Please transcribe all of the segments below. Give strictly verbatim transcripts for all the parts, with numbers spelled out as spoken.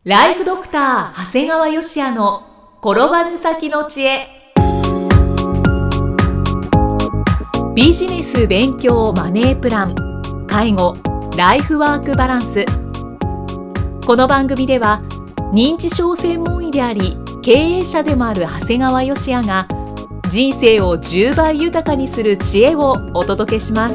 ライフドクター長谷川芳也の転ばぬ先の知恵。ビジネス勉強マネープラン、介護、ライフワークバランス。この番組では認知症専門医であり経営者でもある長谷川芳也が人生をじゅうばい豊かにする知恵をお届けします。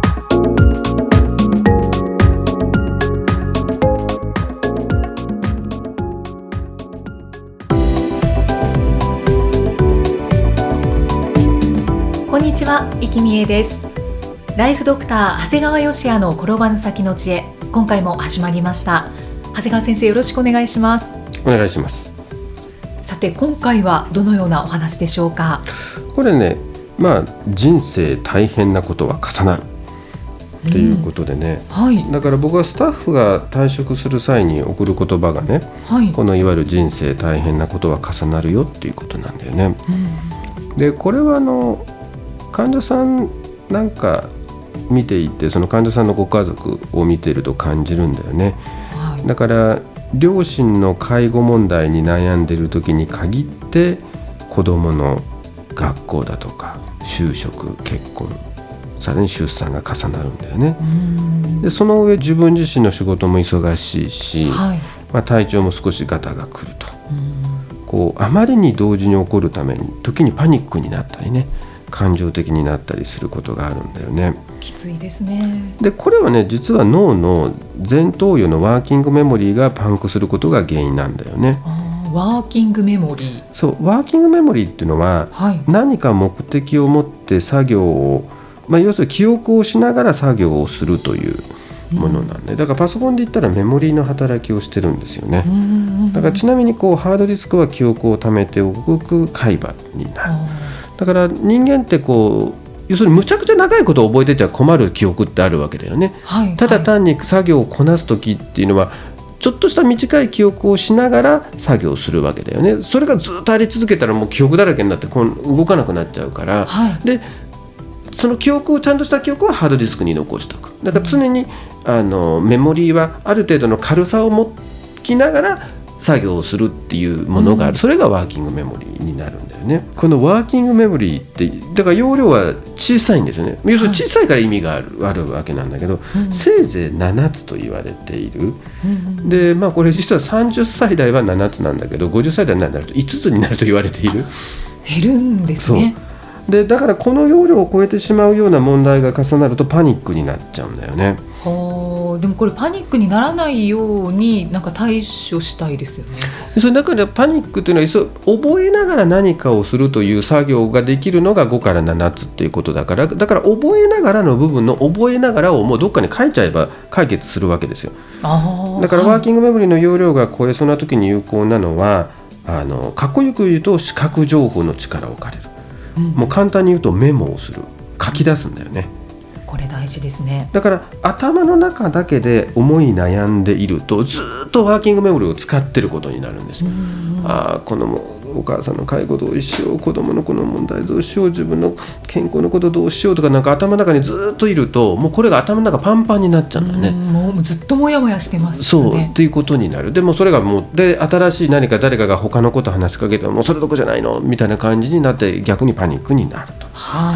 こんにちは、生きみえです。ライフドクター長谷川芳也の転ばぬ先の知恵、今回も始まりました。長谷川先生、よろしくお願いします。 お願いします。 さて、今回はどのようなお話でしょうか。 これね、まあ人生大変なことは重なるっていうことでね、 うんはい、 だから僕はスタッフが退職する際に送る言葉がね、はい、このいわゆる人生大変なことは重なるよっていうことなんだよね、うん、でこれはあの患者さんなんか見ていて、その患者さんのご家族を見ていると感じるんだよね、はい、だから両親の介護問題に悩んでいる時に限って子どもの学校だとか就職、結婚、さらに出産が重なるんだよね。でその上自分自身の仕事も忙しいし、はいまあ、体調も少しガタが来ると、こうあまりに同時に起こるために時にパニックになったりね、感情的になったりすることがあるんだよね。 きついですね。 でこれはね、実は脳の前頭葉のワーキングメモリーがパンクすることが原因なんだよね。 あ、ワーキングメモリー。 そう、ワーキングメモリーっていうのは、はい、何か目的を持って作業を、まあ、要するに記憶をしながら作業をするというものなんで、だからパソコンで言ったらメモリーの働きをしてるんですよね。だからちなみにこうハードディスクは記憶を貯めておく海馬になる。だから人間ってこう要するにむちゃくちゃ長いことを覚えてちゃ困る記憶ってあるわけだよね、はい、ただ単に作業をこなすときっていうのはちょっとした短い記憶をしながら作業するわけだよね。それがずっとあり続けたらもう記憶だらけになってこう動かなくなっちゃうから、はい、でその記憶をちゃんとした記憶はハードディスクに残しておく。だから常にあのメモリーはある程度の軽さを持きながら作業をするっていうものがある、うん、それがワーキングメモリーになるんだよね。このワーキングメモリーってだから容量は小さいんですよね。要するに小さいから意味がある、はい、あるわけなんだけど、うん、せいぜいななつと言われている、うん、でまあこれ実はさんじゅっさい代はななつなんだけどごじゅっさい代になるといつつになると言われている。 減るんですね。 そうでだからこの容量を超えてしまうような問題が重なるとパニックになっちゃうんだよね。 はあ、でもこれパニックにならないようになんか対処したいですよね。 それだからパニックというのは覚えながら何かをするという作業ができるのがごからななつっていうことだから、だから覚えながらの部分の覚えながらをもうどっかに書いちゃえば解決するわけですよ。あ、だからワーキングメモリーの容量が超えそうな時に有効なのは、あのかっこよく言うと視覚情報の力を借りる、うん、もう簡単に言うとメモをする、書き出すんだよね。 これ大事ですね。 だから頭の中だけで思い悩んでいるとずっとワーキングメモリーを使ってることになるんですよ。ああ、このお母さんの介護どうしよう、子供のこの問題どうしよう、自分の健康のことどうしようとか、なんか頭の中にずっといるともうこれが頭の中パンパンになっちゃうんだよね。 うん、もうずっともやもやしてますね。 そうっていうことになる。でもそれがもうで新しい何か誰かが他のこと話しかけてももうそれどこじゃないのみたいな感じになって逆にパニックになると、はい、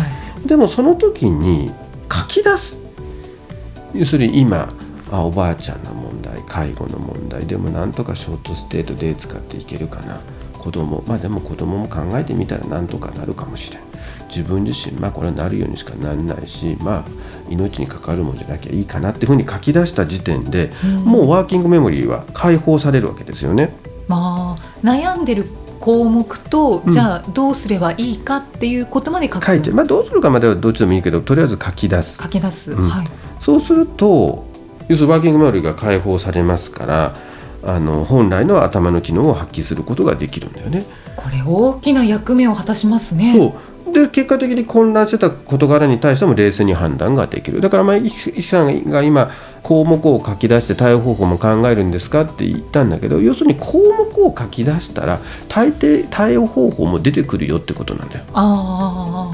でもその時に書き出す、要するに今あおばあちゃんの問題、介護の問題でもなんとかショートステートで使っていけるかな、子供、まあでも子供も考えてみたらなんとかなるかもしれん、自分自身まあこれはなるようにしかならないし、まあ命に関わるもんじゃなきゃいいかなっていうふうに書き出した時点で、うん、もうワーキングメモリーは解放されるわけですよね。 まあ悩んでる項目と、じゃあどうすればいいかっていうことまで書く、 書いて、まあ、どうするかまではどっちでもいいけどとりあえず書き出す書き出す、 うんはい、 そうすると要するにワーキングメモリーが解放されますから、あの本来の頭の機能を発揮することができるんだよね。 これ大きな役目を果たしますね。 そうで結果的に混乱してた事柄に対しても冷静に判断ができる。だからまあ医師さんが今項目を書き出して対応方法も考えるんですかって言ったんだけど、要するに項目を書き出したら大抵対応方法も出てくるよってことなんだよ。 あ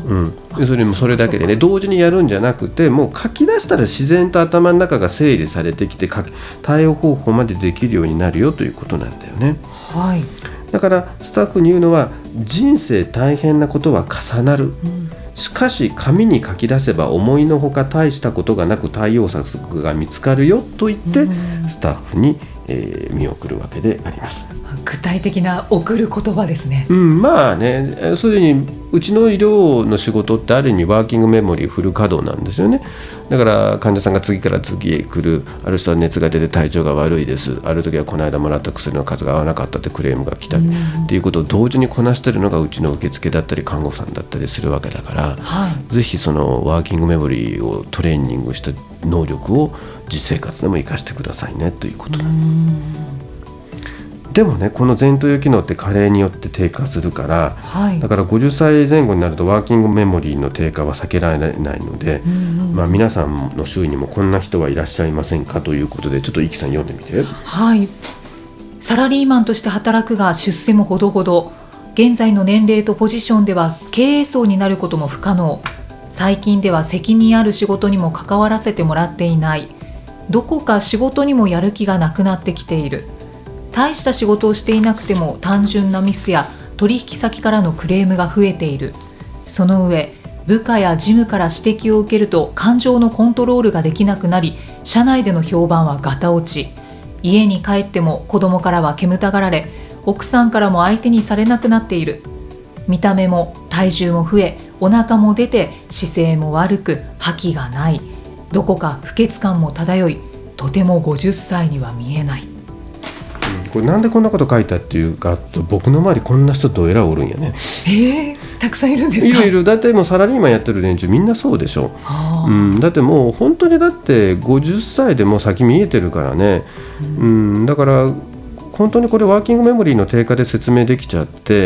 うん、要するにそれだけでね同時にやるんじゃなくてもう書き出したら自然と頭の中が整理されてきて対応方法までできるようになるよということなんだよね。 はい、 だからスタッフに言うのは人生大変なことは重なる、うん、しかし紙に書き出せば思いのほか大したことがなく対応策が見つかるよと言ってスタッフに、えー、見送るわけであります。 具体的な送る言葉ですね。 うん、まあね、それにうちの医療の仕事ってある意味ワーキングメモリーフル稼働なんですよね。だから患者さんが次から次へ来る、ある人は熱が出て体調が悪いです、ある時はこの間もらった薬の数が合わなかったってクレームが来たり、うん、っていうことを同時にこなしてるのがうちの受付だったり看護婦さんだったりするわけだから、はい、ぜひそのワーキングメモリーをトレーニングした能力を実生活でも生かしてくださいねということだ。うん、でもねこの前頭葉機能って加齢によって低下するから、はい、だからごじゅっさいぜん後になるとワーキングメモリーの低下は避けられないので、うんうん、まあ、皆さんの周囲にもこんな人はいらっしゃいませんかということでちょっとイキさん読んでみて。 はい、サラリーマンとして働くが出世もほどほど、現在の年齢とポジションでは経営層になることも不可能、最近では責任ある仕事にも関わらせてもらっていない、どこか仕事にもやる気がなくなってきている、大した仕事をしていなくても単純なミスや取引先からのクレームが増えている、その上部下や事務から指摘を受けると感情のコントロールができなくなり、社内での評判はガタ落ち、家に帰っても子供からは煙たがられ、奥さんからも相手にされなくなっている、見た目も体重も増えお腹も出て姿勢も悪く覇気がない、どこか不潔感も漂い、とてもごじゅっさいには見えない。 これなんでこんなこと書いたっていうか、僕の周りこんな人どえらおるんやね。 えー、たくさんいるんですか。 いるいる。だってもうサラリーマンやってる連中みんなそうでしょ、うん、だってもう本当にだってごじゅっさいでもう先見えてるからね、うんうん、だから本当にこれワーキングメモリーの低下で説明できちゃって、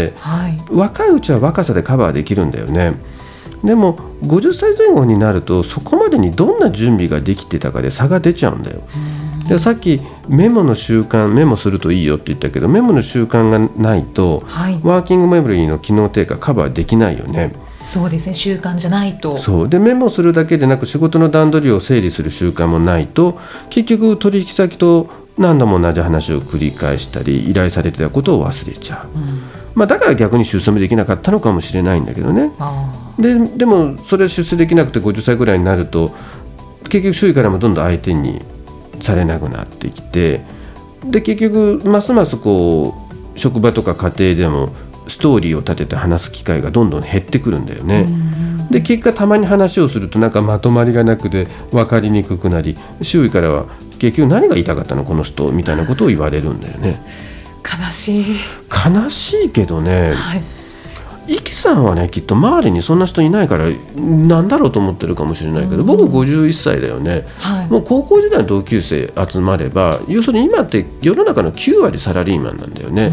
はい、若いうちは若さでカバーできるんだよね。でもごじゅっさいぜん後になるとそこまでにどんな準備ができてたかで差が出ちゃうんだよ。でさっきメモの習慣、メモするといいよって言ったけど、メモの習慣がないと、はい、ワーキングメモリーの機能低下カバーできないよね。 そうですね、習慣じゃないと。 そうでメモするだけでなく仕事の段取りを整理する習慣もないと、結局取引先と何度も同じ話を繰り返したり依頼されてたことを忘れちゃう、うん、まあ、だから逆に出世もできなかったのかもしれないんだけどね。で, でもそれ出世できなくてごじゅっさいぐらいになると結局周囲からもどんどん相手にされなくなってきて、で結局ますますこう職場とか家庭でもストーリーを立てて話す機会がどんどん減ってくるんだよね。で結果たまに話をするとなんかまとまりがなくて分かりにくくなり、周囲からは結局何が言いたかったのこの人みたいなことを言われるんだよね。 悲しい悲しいけどね、 はい、 イキさんはねきっと周りにそんな人いないからなんだろうと思ってるかもしれないけど、うん、僕ごじゅういっさいだよね、はい、もう高校時代の同級生集まれば要するに今って世の中のきゅうわりサラリーマンなんだよね、うん、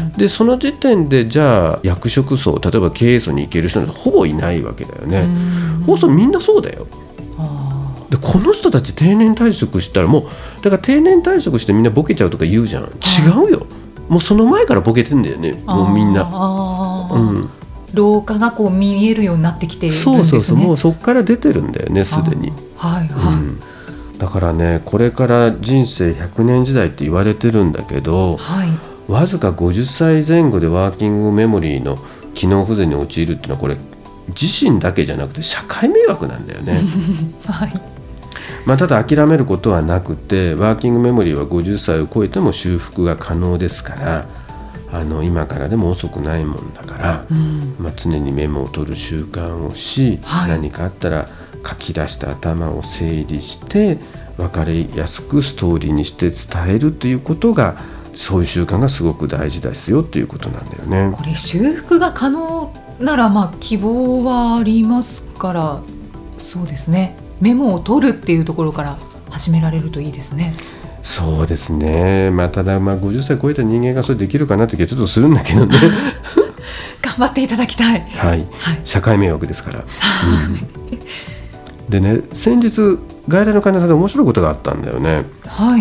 でその時点でじゃあ役職層、例えば経営層に行ける人なんてほぼいないわけだよね、うん、ほぼみんなそうだよ。でこの人たち定年退職したらもうだから定年退職してみんなボケちゃうとか言うじゃん。違うよ、もうその前からボケてんだよね、もうみんな。あ、うん、 老化がこう見えるようになってきているんですね。 そうそうそう、もうそこから出てるんだよねすでに。 はいはい、うん、 だからねこれから人生ひゃくねん時代って言われてるんだけど、はい、わずかごじゅっさいぜん後でワーキングメモリーの機能不全に陥るっていうのはこれ自身だけじゃなくて社会迷惑なんだよね。はい、まあ、ただ諦めることはなくてワーキングメモリーはごじゅっさいを超えても修復が可能ですから、あの今からでも遅くないもんだから、うん、まあ、常にメモを取る習慣をし、はい、何かあったら書き出した頭を整理して分かりやすくストーリーにして伝えるということが、そういう習慣がすごく大事ですよということなんだよね。 これ修復が可能ならまあ希望はありますから、そうですね、メモを取るっていうところから始められるといいですね。 そうですね、まあ、ただまあごじゅっさい超えた人間がそれできるかなって気がちょっとするんだけどね。 頑張っていただきたい、 はいはい、社会迷惑ですから、うん、でね先日外来の患者さんで面白いことがあったんだよね。 はい、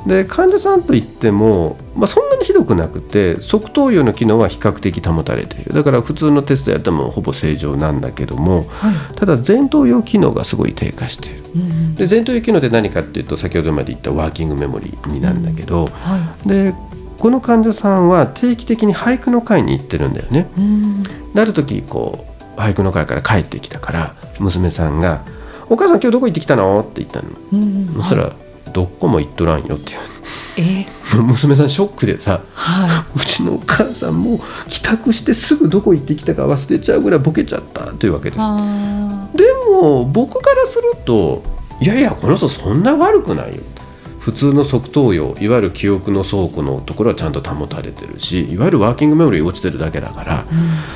で患者さんといっても、まあ、そんなにひどくなくて側頭葉の機能は比較的保たれている。だから普通のテストやってもほぼ正常なんだけども、はい、ただ前頭葉機能がすごい低下している、うん、で前頭葉機能って何かっていうと先ほどまで言ったワーキングメモリーになるんだけど、うんはい、でこの患者さんは定期的に俳句の会に行ってるんだよね、うん、である時こう俳句の会から帰ってきたから娘さんがお母さん今日どこ行ってきたのって言ったの、うんうん、そしたら、はいどこも行っとらんよっていう、えー、娘さんショックでさ、はい、うちのお母さんも帰宅してすぐどこ行ってきたか忘れちゃうぐらいボケちゃったというわけです。でも僕からするといやいやこの人そんな悪くないよ。普通の側頭葉いわゆる記憶の倉庫のところはちゃんと保たれてるしいわゆるワーキングメモリー落ちてるだけだから、うん、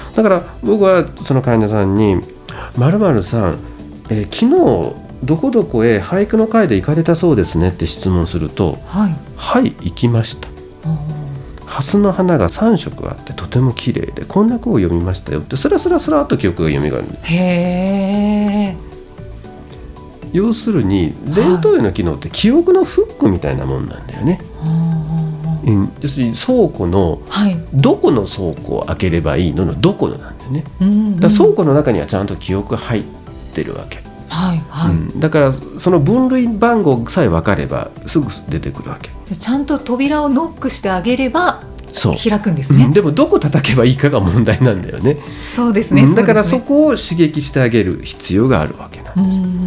だから僕はその患者さんに〇〇さん、えー、昨日どこどこへ俳句の会で行かれたそうですねって質問するとはい、はい、行きました。蓮の花がさん色あってとても綺麗でこんな句を読みましたよってスラスラスラっと記憶が蘇る。へー。要するに前頭葉の機能って記憶のフックみたいなもんなんだよね、はい、うん、要するに倉庫の、はい、どこの倉庫を開ければいいののどこのなんだよね、うんうん、だから倉庫の中にはちゃんと記憶入ってるわけはいはいうん、だからその分類番号さえ分かればすぐ出てくるわけ。 じゃちゃんと扉をノックしてあげれば開くんですね、 うん、でもどこ叩けばいいかが問題なんだよね。 そうですね、 うん、だからそこを刺激してあげる必要があるわけなんです。うんうんうんうん、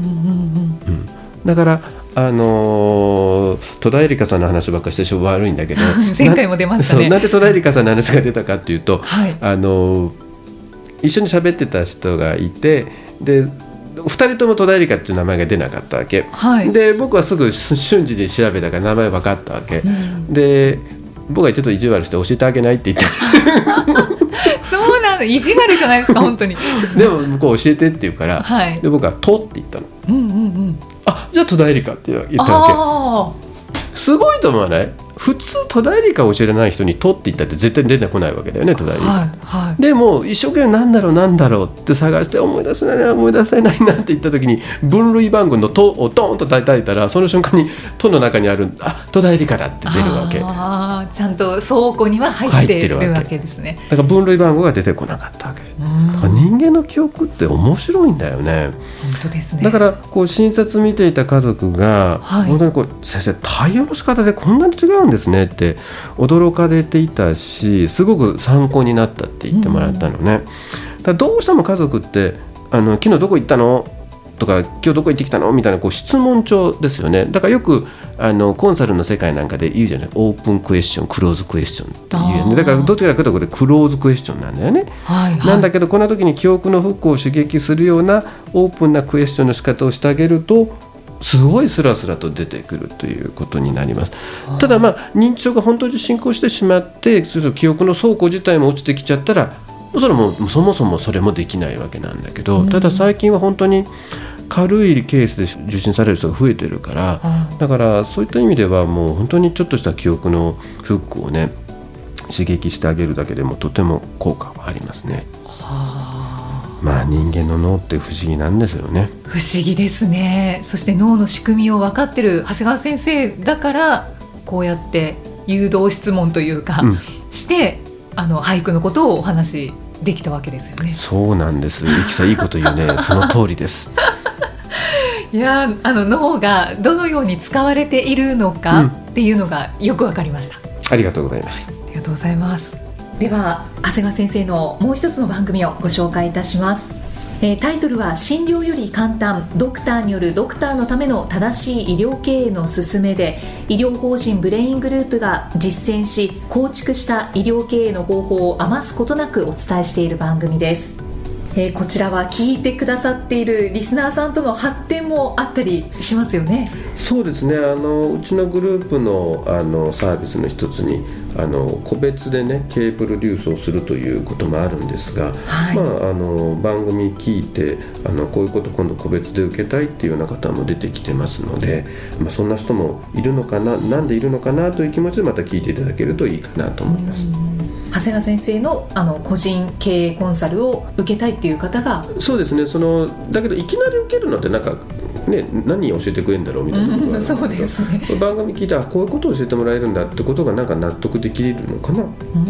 だからあのー、戸田恵梨香さんの話ばっかりしてしょうが悪いんだけど前回も出ましたね。 な, なんで戸田恵梨香さんの話が出たかっていうと、はい、あのー、一緒に喋ってた人がいてでふたりとも戸田恵梨香っていう名前が出なかったわけ、はい、で僕はすぐ瞬時に調べたから名前分かったわけ、うん、で僕はちょっと意地悪して教えてあげないって言ってそうなの意地悪じゃないですか本当にでも向こう教えてって言うから、はい、で僕は「と」って言ったの、うんうんうん、あじゃあ戸田恵梨香って言ったわけ。すごいと思わない？普通戸田恵梨香を知らない人にとって言ったって絶対出てこないわけだよね戸田恵梨香、はいはい、でも一生懸命なんだろうなんだろうって探して思い出せないな思い出せないなって言った時に分類番号のとをドーンと叩いたらその瞬間にとの中にあるあ戸田恵梨香だって出るわけ。 あちゃんと倉庫には入っているわけですね。 だから分類番号が出てこなかったわけ。だから人間の記憶って面白いんだよね。 本当ですね。 だからこう診察見ていた家族が、はい、本当にこう先生対応の仕方でこんなに違うんですねって驚かれていたしすごく参考になったって言ってもらったのね、うん、だどうしても家族ってあの昨日どこ行ったのとか今日どこ行ってきたのみたいなこう質問調ですよね。だからよくあのコンサルの世界なんかで言うじゃないオープンクエスチョンクローズクエスチョンっていう、ね、だからどちらかというとこれクローズクエスチョンなんだよね、はいはい、なんだけどこんな時に記憶のフックを刺激するようなオープンなクエスチョンの仕方をしてあげるとすごいスラスラと出てくるということになります。ただまあ認知症が本当に進行してしまって記憶の倉庫自体も落ちてきちゃったらそれもそもそもそれもできないわけなんだけど、うん、ただ最近は本当に軽いケースで受診される人が増えてるから、うん、だからそういった意味ではもう本当にちょっとした記憶のフックをね刺激してあげるだけでもとても効果はありますね。はあ、まあ人間の脳って不思議なんですよね。 不思議ですね。そして脳の仕組みを分かってる長谷川先生だからこうやって誘導質問というか、うん、してあの俳句のことをお話できたわけですよね。 そうなんです。ゆきさんいいこと言うねその通りです。 いやあの脳がどのように使われているのかっていうのがよく分かりました、うん、 ありがとうございました。 ありがとうございます。では長谷川先生のもう一つの番組をご紹介いたします。えー、タイトルは診療より簡単ドクターによるドクターのための正しい医療経営の勧めで医療法人ブレイングループが実践し構築した医療経営の方法を余すことなくお伝えしている番組です。えー、こちらは聞いてくださっているリスナーさんとの発展もあったりしますよね。 そうですね。あのうちのグループ の, あのサービスの一つにあの個別でね経営プロデュースをするということもあるんですが、はい、まあ、あの番組聞いてあのこういうこと今度個別で受けたいっていうような方も出てきてますので、まあ、そんな人もいるのかななんでいるのかなという気持ちでまた聞いていただけるといいかなと思います。 長谷川先生 の, あの個人経営コンサルを受けたいっていう方がそうですね。そのだけどいきなり受けるのってなんかね、何教えてくれるんだろうみたいなことが、うん、 そうですね。 番組聞いてあこういうことを教えてもらえるんだってことがなんか納得できるのかな。 うん、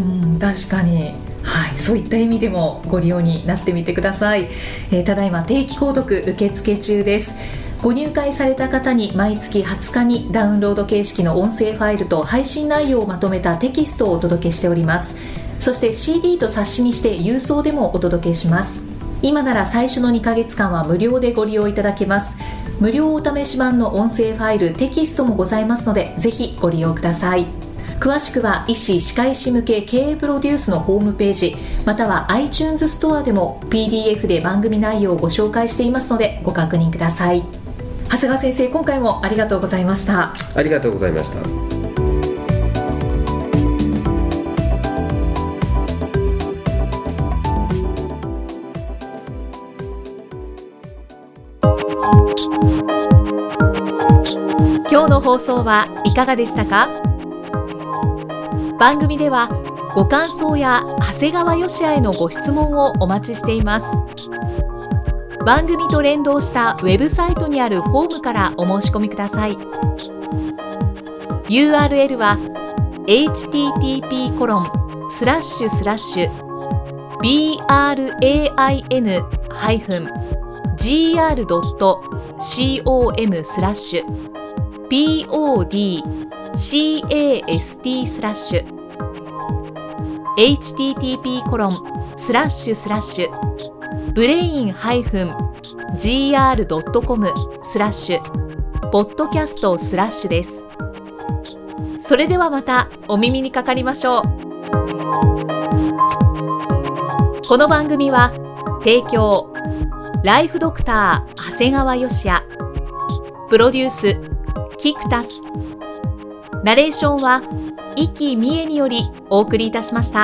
確かに、はい、そういった意味でもご利用になってみてください。えー、ただいま定期購読受付中です。ご入会された方に毎月はつかにダウンロード形式の音声ファイルと配信内容をまとめたテキストをお届けしております。そして シーディー と冊子にして郵送でもお届けします。今なら最初のにかげつかんは無料でご利用いただけます。無料お試し版の音声ファイルテキストもございますので、ぜひご利用ください。詳しくは医師・歯科医師向け経営プロデュースのホームページ、または iTunes ストアでも ピーディーエフ で番組内容をご紹介していますのでご確認ください。長谷川先生、今回もありがとうございました。 ありがとうございました。 今日の放送はいかがでしたか？番組ではご感想や長谷川芳也へのご質問をお待ちしています。番組と連動したウェブサイトにあるホームからお申し込みください。 ユーアールエル は エイチティーティーピーコロンスラッシュスラッシュビーアールエーアイエヌハイフンジーアールドットコム スラッシュ ピーオーディーシーエーエスティー スラッシュ エイチティーティーピーコロンスラッシュスラッシュブレインハイフンジーアールドットコム スラッシュポッドキャストスラッシュです。それではまたお耳にかかりましょう。この番組は提供ライフドクター長谷川芳也、プロデュースキクタス、ナレーションは生きみえによりお送りいたしました。